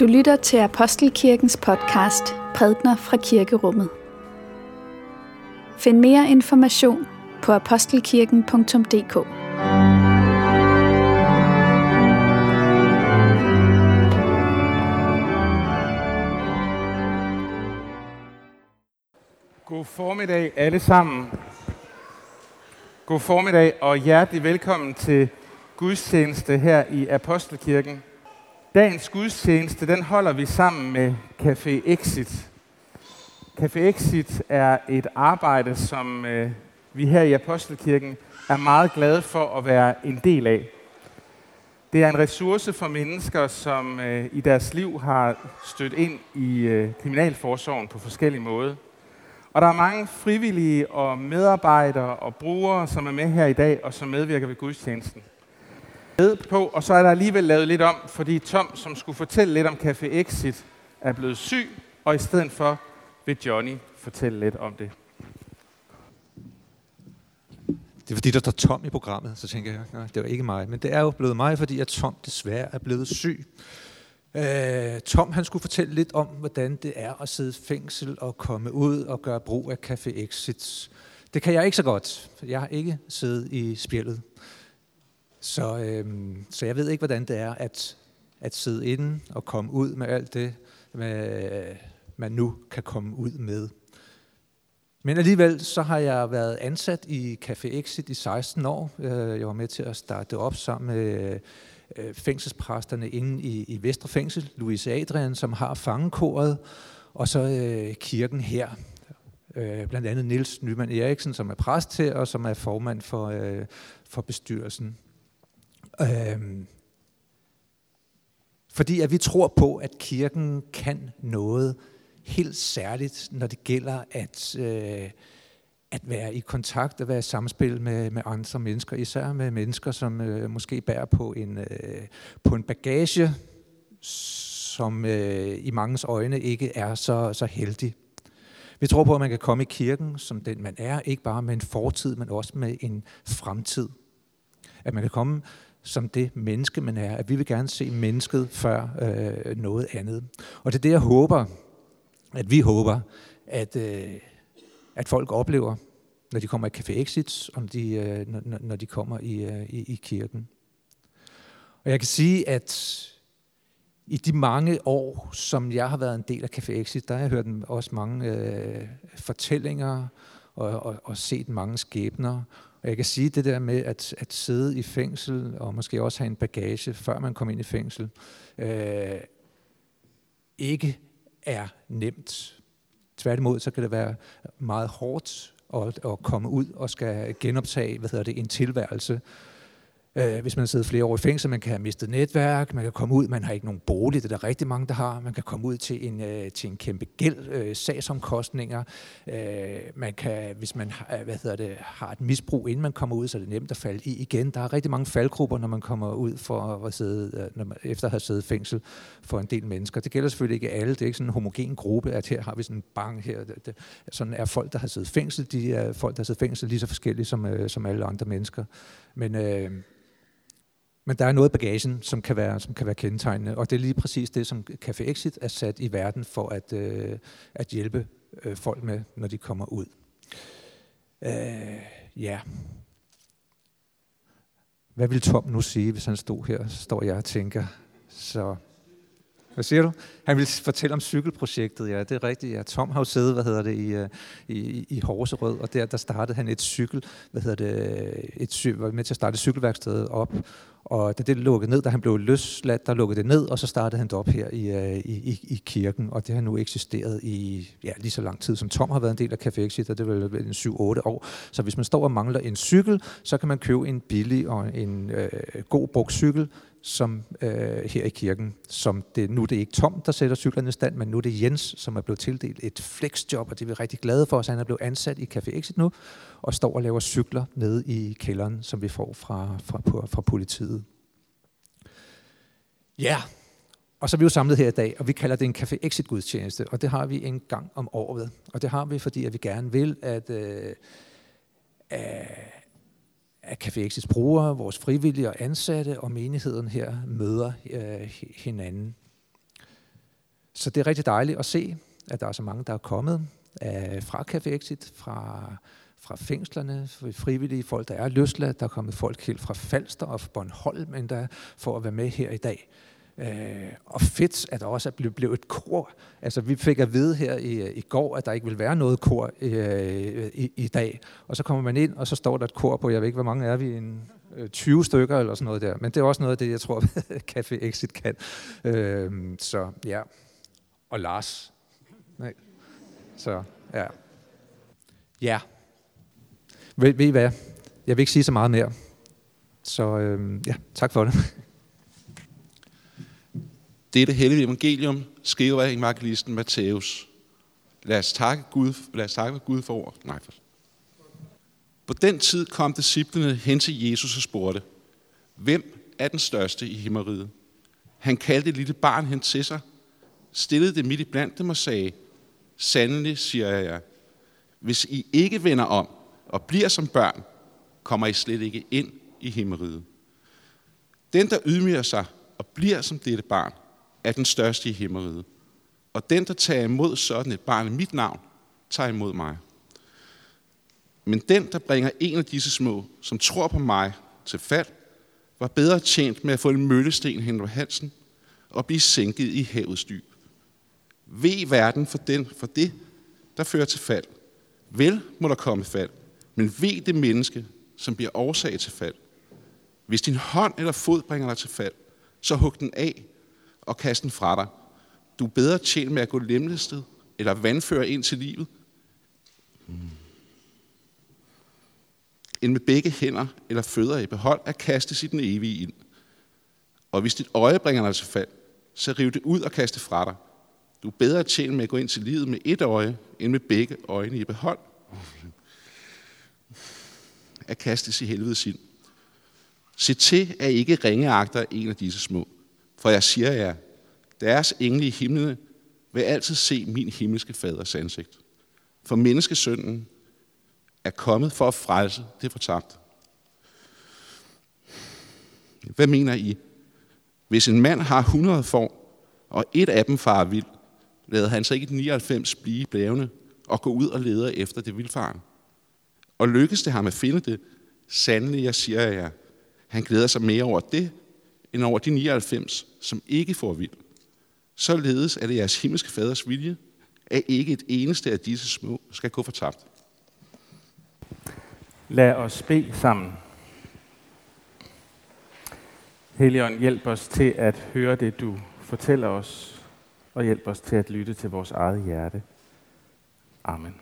Du lytter til Apostelkirkens podcast Prædikener fra Kirkerummet. Find mere information på apostelkirken.dk. God formiddag alle sammen. God formiddag og hjertelig velkommen til gudstjeneste her i Apostelkirken. Dagens gudstjeneste, den holder vi sammen med Café Exit. Café Exit er et arbejde, som vi her i Apostelkirken er meget glade for at være en del af. Det er en ressource for mennesker, som i deres liv har stødt ind i kriminalforsorgen på forskellige måder. Og der er mange frivillige og medarbejdere og brugere, som er med her i dag og som medvirker ved gudstjenesten. Og så er der alligevel lavet lidt om, fordi Tom, som skulle fortælle lidt om Café Exit, er blevet syg, og i stedet for vil Johnny fortælle lidt om det. Det er fordi, der står Tom i programmet, så tænker jeg, nej, det var ikke mig. Men det er jo blevet mig, fordi at Tom desværre er blevet syg. Tom, han skulle fortælle lidt om, hvordan det er at sidde i fængsel og komme ud og gøre brug af Café Exit. Det kan jeg ikke så godt, for jeg har ikke siddet i spjældet. Så jeg ved ikke, hvordan det er at sidde inde og komme ud med alt det, man nu kan komme ud med. Men alligevel så har jeg været ansat i Café Exit i 16 år. Jeg var med til at starte det op sammen med fængselspræsterne inde i Vestre Fængsel, Louise Adrian, som har fangekoret, og så kirken her. Blandt andet Niels Nyman Eriksen, som er præst her, og som er formand for bestyrelsen. Fordi at vi tror på, at kirken kan noget helt særligt, når det gælder at være i kontakt og være i samspil med andre mennesker, især med mennesker, som måske bærer på en bagage, som i manges øjne ikke er så heldig. Vi tror på, at man kan komme i kirken som den man er, ikke bare med en fortid, men også med en fremtid. At man kan komme som det menneske, man er. At vi vil gerne se mennesket før noget andet. Og det er det, jeg håber, at vi håber, at folk oplever, når de kommer i Café Exit, og når de kommer i kirken. Og jeg kan sige, at i de mange år, som jeg har været en del af Café Exit, der har jeg hørt også mange fortællinger og set mange skæbner. Og jeg kan sige det der med at sidde i fængsel, og måske også have en bagage, før man kommer ind i fængsel, ikke er nemt. Tværtimod, så kan det være meget hårdt at komme ud og skal genoptage en tilværelse. Hvis man sidder flere år i fængsel, man kan have mistet netværk, man kan komme ud, man har ikke nogen bolig, det er der rigtig mange, der har. Man kan komme ud til en kæmpe gæld, sagsomkostninger. Man kan, hvis man har et misbrug, inden man kommer ud, så er det nemt at falde i igen. Der er rigtig mange faldgrupper, når man kommer ud for at sidde, efter at have siddet i fængsel for en del mennesker. Det gælder selvfølgelig ikke alle. Det er ikke sådan en homogen gruppe, at her har vi sådan en bang her. Sådan er folk, der har siddet i fængsel. De er folk, der har siddet i fængsel lige så forskellige som alle andre mennesker. Men der er noget i bagagen, som kan være kendetegnende, og det er lige præcis det, som Café Exit er sat i verden for at hjælpe folk med, når de kommer ud. Ja. Hvad vil Tom nu sige, hvis han stod her? Så står jeg og tænker. Så hvad siger du? Han vil fortælle om cykelprojektet. Ja, det er rigtigt. Ja, Tom har jo siddet, i Horserød, og der startede han var med til at starte cykelværkstedet op. Og da det lukkede ned, da han blev løsladt, der lukkede det ned, og så startede han det op her i kirken. Og det har nu eksisteret i lige så lang tid, som Tom har været en del af Café Exit, og det er vel 7-8 år. Så hvis man står og mangler en cykel, så kan man købe en billig og en god brugt cykel, som her i kirken. Nu er det ikke Tom, der sætter cyklerne i stand, men nu er det Jens, som er blevet tildelt et flexjob, og det er vi rigtig glade for, så han er blevet ansat i Café Exit nu, og står og laver cykler nede i kælderen, som vi får fra politiet. Ja, og så er vi jo samlet her i dag, og vi kalder det en Café Exit gudstjeneste, og det har vi en gang om året. Og det har vi, fordi at vi gerne vil, at Café Exits brugere, vores frivillige og ansatte og menigheden her møder hinanden. Så det er rigtig dejligt at se, at der er så mange, der er kommet fra Café Exit, fra fængslerne, frivillige folk, der er løsladt. Der er kommet folk helt fra Falster og Bornholm endda for at være med her i dag. Og fedt, at der også er blevet et kor. Altså, vi fik at vide her i går, at der ikke vil være noget kor i dag. Og så kommer man ind, og så står der et kor på, jeg ved ikke, hvor mange er vi, 20 stykker eller sådan noget der. Men det er også noget af det, jeg tror, Café Exit kan. Så ja. Og Lars. Nej. Så ja. Ja. Ved I hvad? Jeg vil ikke sige så meget mere. Så ja, tak for det. Dette hellige evangelium skriver evangelisten Matthæus. Lad os takke Gud for ord. Nej. På den tid kom disciplene hen til Jesus og spurgte, hvem er den største i himmeriget? Han kaldte et lille barn hen til sig, stillede det midt i blandt dem og sagde, sandelig siger jeg jer, hvis I ikke vender om og bliver som børn, kommer I slet ikke ind i himmeriget. Den, der ydmyger sig og bliver som dette barn, er den største i himmeriget. Og den, der tager imod sådan et barn i mit navn, tager imod mig. Men den, der bringer en af disse små, som tror på mig, til fald, var bedre tjent med at få en møllesten hen over halsen og blive sænket i havets dyb. Ve verden for det, der fører til fald. Vel må der komme fald, men ve det menneske, som bliver årsag til fald. Hvis din hånd eller fod bringer dig til fald, så hug den af og kast den fra dig. Du er bedre tjent med at gå lemlæstet eller vandføre ind til livet, end med begge hænder eller fødder i behold at kastes i den evige ild. Og hvis dit øje bringer dig til fald, så riv det ud og kast det fra dig. Du er bedre tjent med at gå ind til livet med et øje, end med begge øjne i behold. At kastes i helvedes ild. Se til, at I ikke ringeagter en af disse små. For jeg siger jer, deres engle i himlene vil altid se min himmelske faders ansigt. For menneskesønnen er kommet for at frelse det fortabte. Hvad mener I? Hvis en mand har 100 får, og et af dem farer vild, lader han så ikke 99 blive blævende og gå ud og leder efter det vildfaren. Og lykkes det ham at finde det, sandelig jeg siger jer, han glæder sig mere over det, end over de 99, som ikke får vild. Således er det jeres himmelske faders vilje, at ikke et eneste af disse små skal gå fortabt. Lad os bede sammen. Helligånd, hjælp os til at høre det, du fortæller os, og hjælp os til at lytte til vores eget hjerte. Amen.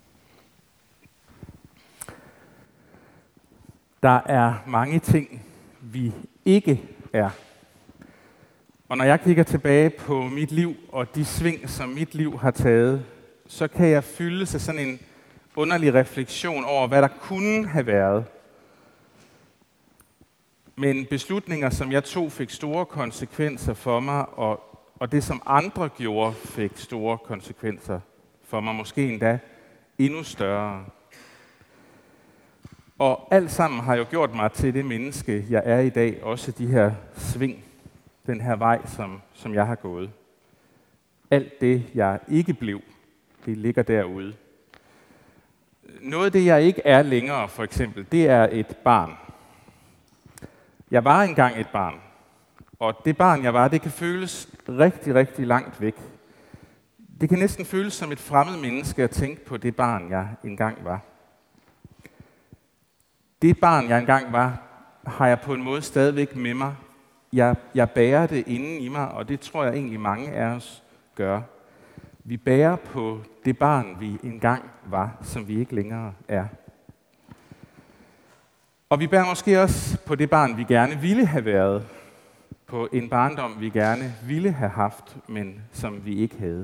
Der er mange ting, vi ikke er. Og når jeg kigger tilbage på mit liv og de sving, som mit liv har taget, så kan jeg fylde sig sådan en underlig refleksion over, hvad der kunne have været. Men beslutninger, som jeg tog, fik store konsekvenser for mig, og det, som andre gjorde, fik store konsekvenser for mig, måske endda endnu større. Og alt sammen har jo gjort mig til det menneske, jeg er i dag, også de her sving, den her vej, som jeg har gået. Alt det, jeg ikke blev, det ligger derude. Noget af det, jeg ikke er længere, for eksempel, det er et barn. Jeg var engang et barn, og det barn, jeg var, det kan føles rigtig, rigtig langt væk. Det kan næsten føles som et fremmed menneske at tænke på det barn, jeg engang var. Det barn, jeg engang var, har jeg på en måde stadigvæk med mig. Jeg bærer det inden i mig, og det tror jeg egentlig mange af os gør. Vi bærer på det barn, vi engang var, som vi ikke længere er. Og vi bærer måske også på det barn, vi gerne ville have været. På en barndom, vi gerne ville have haft, men som vi ikke havde.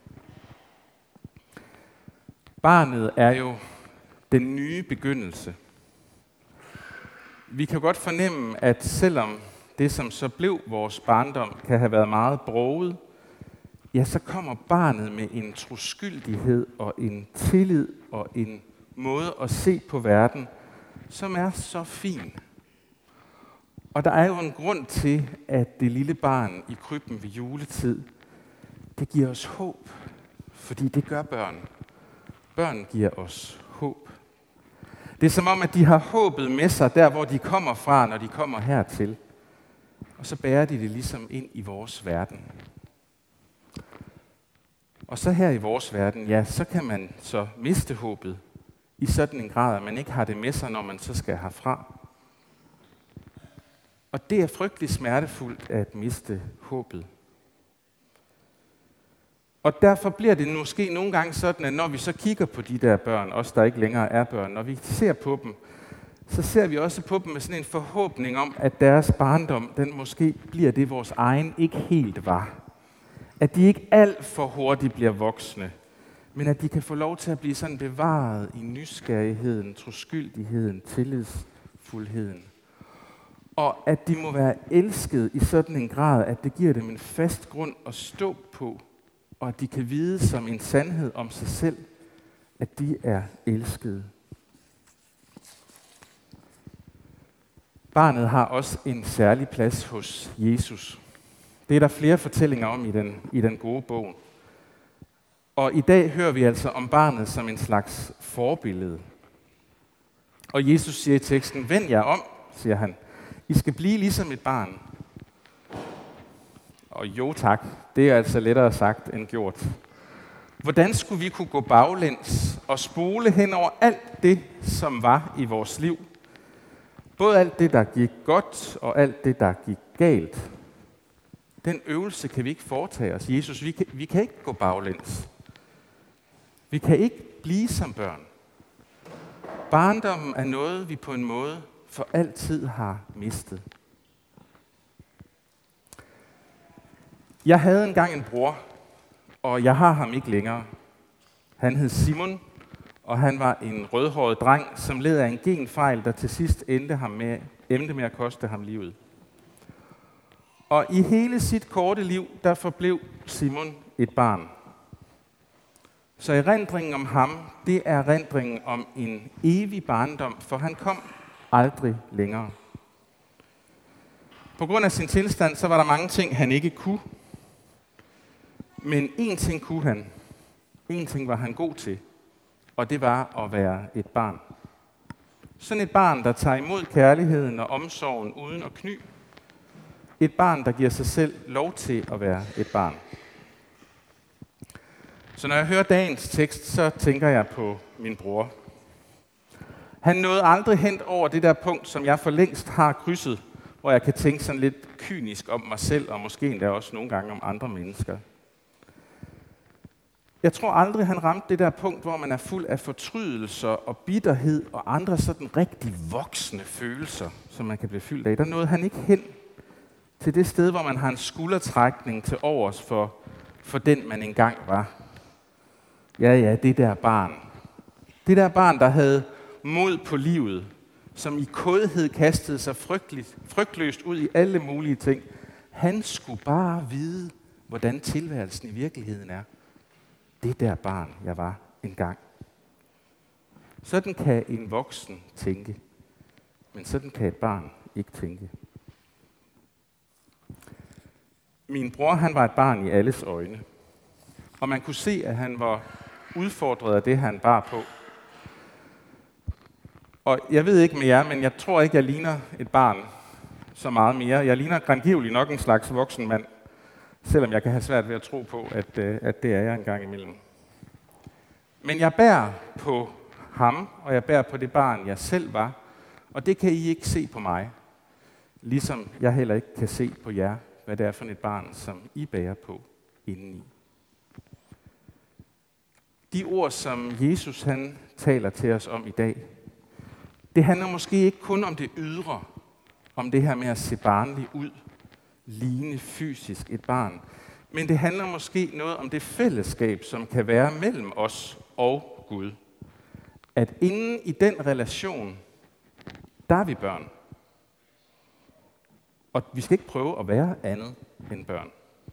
Barnet er jo den nye begyndelse. Vi kan godt fornemme, at selvom det, som så blev vores barndom, kan have været meget broget, ja, så kommer barnet med en troskyldighed og en tillid og en måde at se på verden, som er så fin. Og der er jo en grund til, at det lille barn i krybben ved juletid Det giver os håb, fordi det gør børn. Børn giver os håb. Det er som om, at de har håbet med sig der, hvor de kommer fra, når de kommer hertil. Og så bærer de det ligesom ind i vores verden. Og så her i vores verden, ja, så kan man så miste håbet i sådan en grad, at man ikke har det med sig, når man så skal herfra. Og det er frygtelig smertefuldt at miste håbet. Og derfor bliver det måske nogle gange sådan, at når vi så kigger på de der børn, os der ikke længere er børn, når vi ser på dem, så ser vi også på dem med sådan en forhåbning om, at deres barndom, den måske bliver det, vores egen ikke helt var. At de ikke alt for hurtigt bliver voksne, men at de kan få lov til at blive sådan bevaret i nysgerrigheden, troskyldigheden, tillidsfuldheden. Og at de må være elsket i sådan en grad, at det giver dem en fast grund at stå på, og at de kan vide som en sandhed om sig selv, at de er elskede. Barnet har også en særlig plads hos Jesus. Det er der flere fortællinger om i den gode bog. Og i dag hører vi altså om barnet som en slags forbillede. Og Jesus siger i teksten, vend jer om, siger han. I skal blive ligesom et barn. Og jo tak, det er altså lettere sagt end gjort. Hvordan skulle vi kunne gå baglæns og spole hen over alt det, som var i vores liv? Både alt det, der gik godt, og alt det, der gik galt. Den øvelse kan vi ikke foretage os. Jesus, vi kan ikke gå baglæns. Vi kan ikke blive som børn. Barndommen er noget, vi på en måde for altid har mistet. Jeg havde engang en bror, og jeg har ham ikke længere. Han hed Simon, og han var en rødhåret dreng, som led af en genfejl, der til sidst endte med at koste ham livet. Og i hele sit korte liv, der forblev Simon et barn. Så erindringen om ham, det er erindringen om en evig barndom, for han kom aldrig længere. På grund af sin tilstand, så var der mange ting, han ikke kunne. Men én ting kunne han. Én ting var han god til. Og det var at være et barn. Sådan et barn, der tager imod kærligheden og omsorgen uden at kny. Et barn, der giver sig selv lov til at være et barn. Så når jeg hører dagens tekst, så tænker jeg på min bror. Han nåede aldrig hen over det der punkt, som jeg for længst har krydset, hvor jeg kan tænke sådan lidt kynisk om mig selv, og måske endda også nogle gange om andre mennesker. Jeg tror aldrig, han ramte det der punkt, hvor man er fuld af fortrydelser og bitterhed og andre sådan rigtig voksne følelser, som man kan blive fyldt af. Der nåede han ikke hen til det sted, hvor man har en skuldertrækning til overs for den, man engang var. Ja, det der barn. Det der barn, der havde mod på livet, som i kådhed kastede sig frygtløst ud i alle mulige ting. Han skulle bare vide, hvordan tilværelsen i virkeligheden er. Det der barn, jeg var engang. Sådan kan en voksen tænke, men sådan kan et barn ikke tænke. Min bror, han var et barn i alles øjne, og man kunne se, at han var udfordret af det, han bar på. Og jeg ved ikke med jer, men jeg tror ikke, jeg ligner et barn så meget mere. Jeg ligner grandgiveligt nok en slags voksen mand, selvom jeg kan have svært ved at tro på, at det er jeg engang imellem. Men jeg bærer på ham, og jeg bærer på det barn, jeg selv var, og det kan I ikke se på mig, ligesom jeg heller ikke kan se på jer, hvad det er for et barn, som I bærer på indeni. De ord, som Jesus han taler til os om i dag, det handler måske ikke kun om det ydre, om det her med at se barnlig ud, ligne fysisk et barn, men det handler måske noget om det fællesskab, som kan være mellem os og Gud. At inden i den relation, der er vi børn. Og vi skal ikke prøve at være andet end børn.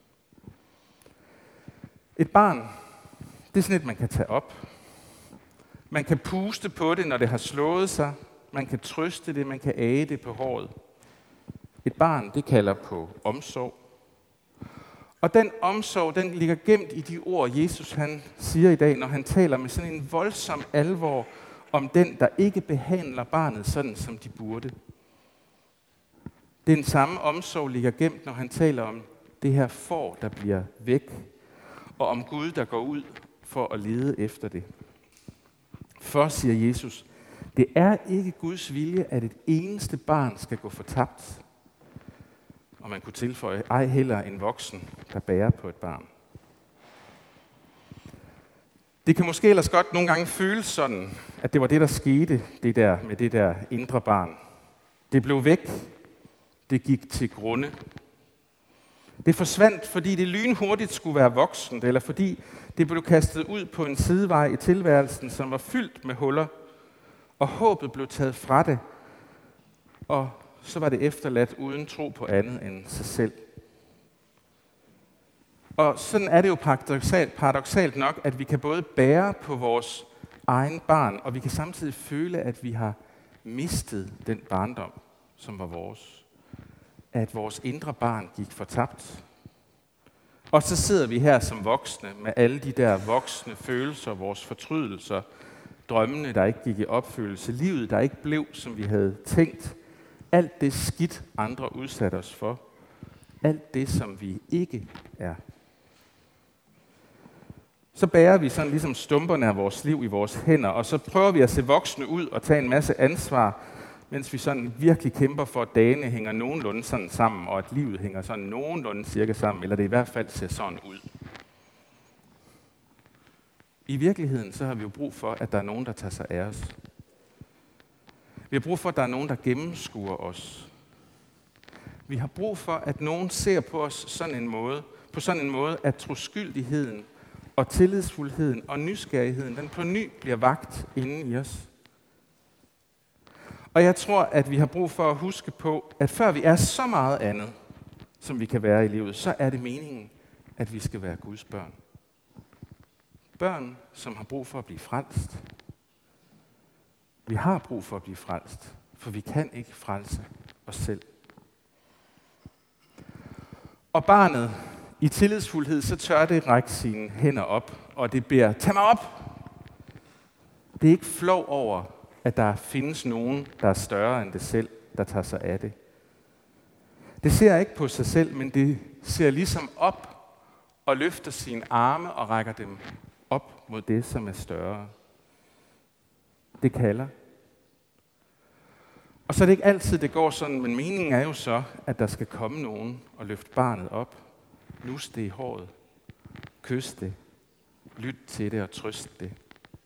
Et barn, det er sådan et, man kan tage op. Man kan puste på det, når det har slået sig. Man kan trøste det, man kan age det på håret. Et barn, det kalder på omsorg. Og den omsorg, den ligger gemt i de ord, Jesus han siger i dag, når han taler med sådan en voldsom alvor om den, der ikke behandler barnet sådan, som de burde. Den samme omsorg ligger gemt, når han taler om det her får, der bliver væk, og om Gud, der går ud for at lede efter det. For, siger Jesus, det er ikke Guds vilje, at et eneste barn skal gå fortabt. Og man kunne tilføje, ej heller en voksen, der bærer på et barn. Det kan måske ellers godt nogle gange føles sådan, at det var det, der skete, det der med det der indre barn. Det blev væk. Det gik til grunde. Det forsvandt, fordi det lynhurtigt skulle være voksent, eller fordi det blev kastet ud på en sidevej i tilværelsen, som var fyldt med huller, og håbet blev taget fra det, og så var det efterladt uden tro på andet end sig selv. Og sådan er det jo paradoksalt nok, at vi kan både bære på vores egen barn, og vi kan samtidig føle, at vi har mistet den barndom, som var vores. At vores indre barn gik fortabt. Og så sidder vi her som voksne med alle de der voksne følelser, vores fortrydelser, drømmene, der ikke gik i opfyldelse, livet, der ikke blev, som vi havde tænkt. Alt det skidt, andre udsatte os for. Alt det, som vi ikke er. Så bærer vi sådan ligesom stumperne af vores liv i vores hænder, og så prøver vi at se voksne ud og tage en masse ansvar, mens vi sådan virkelig kæmper for, at dagene hænger nogenlunde sådan sammen, og at livet hænger sådan nogenlunde cirka sammen, eller det i hvert fald ser sådan ud. I virkeligheden så har vi jo brug for, at der er nogen, der tager sig af os. Vi har brug for, at der er nogen, der gennemskuer os. Vi har brug for, at nogen ser på os på sådan en måde, at troskyldigheden og tillidsfuldheden og nysgerrigheden, den på ny bliver vakt inde i os. Og jeg tror, at vi har brug for at huske på, at før vi er så meget andet, som vi kan være i livet, så er det meningen, at vi skal være Guds børn. Børn, som har brug for at blive frelst. Vi har brug for at blive frelst, for vi kan ikke frelse os selv. Og barnet, i tillidsfuldhed, så tør det række sine hænder op, og det beder, tag mig op! Det er ikke flov over, at der findes nogen, der er større end det selv, der tager sig af det. Det ser ikke på sig selv, men det ser ligesom op og løfter sine arme og rækker dem op mod det, som er større. Det kalder. Og så er det ikke altid, det går sådan, men meningen er jo så, at der skal komme nogen og løfte barnet op, nus det i håret, kys det, lyt til det og trøst det.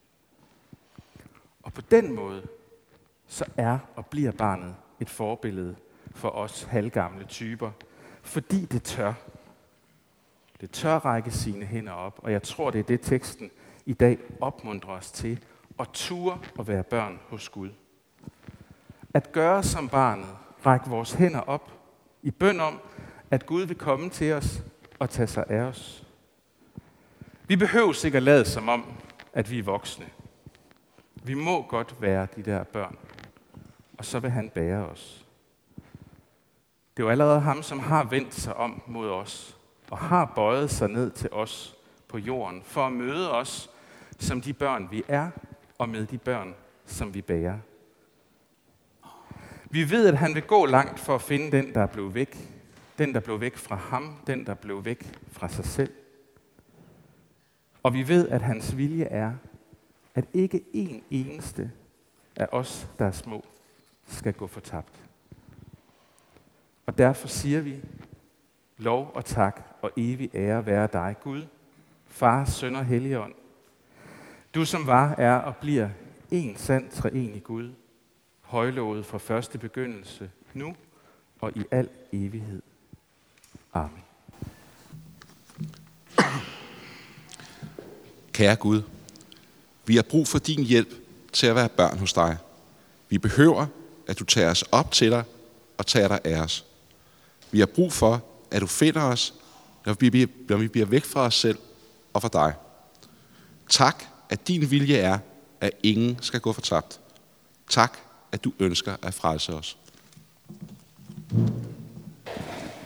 Og på den måde, så er og bliver barnet et forbillede for os halvgamle typer, fordi det tør. Det tør række sine hænder op, og jeg tror, det er det, teksten i dag opmuntrer os til, at ture og være børn hos Gud. At gøre som barnet, række vores hænder op i bøn om, at Gud vil komme til os og tage sig af os. Vi behøver sikkert lade som om, at vi er voksne. Vi må godt være de der børn, og så vil han bære os. Det er jo allerede ham, som har vendt sig om mod os, og har bøjet sig ned til os på jorden, for at møde os som de børn, vi er, og med de børn, som vi bærer. Vi ved, at han vil gå langt for at finde den, der blev væk. Den, der blev væk fra ham, den, der blev væk fra sig selv. Og vi ved, at hans vilje er, at ikke en eneste af os, der er små, skal gå fortabt. Og derfor siger vi, lov og tak og evig ære være dig, Gud, Far, Søn og Helligånd. Du som var, er og bliver en sand treenig Gud, højlovet fra første begyndelse, nu og i al evighed. Amen. Kære Gud, vi har brug for din hjælp til at være børn hos dig. Vi behøver, at du tager os op til dig og tager dig af os. Vi har brug for, at du finder os, når vi bliver væk fra os selv og fra dig. Tak, at din vilje er, at ingen skal gå fortabt. Tak, at du ønsker at frelse os.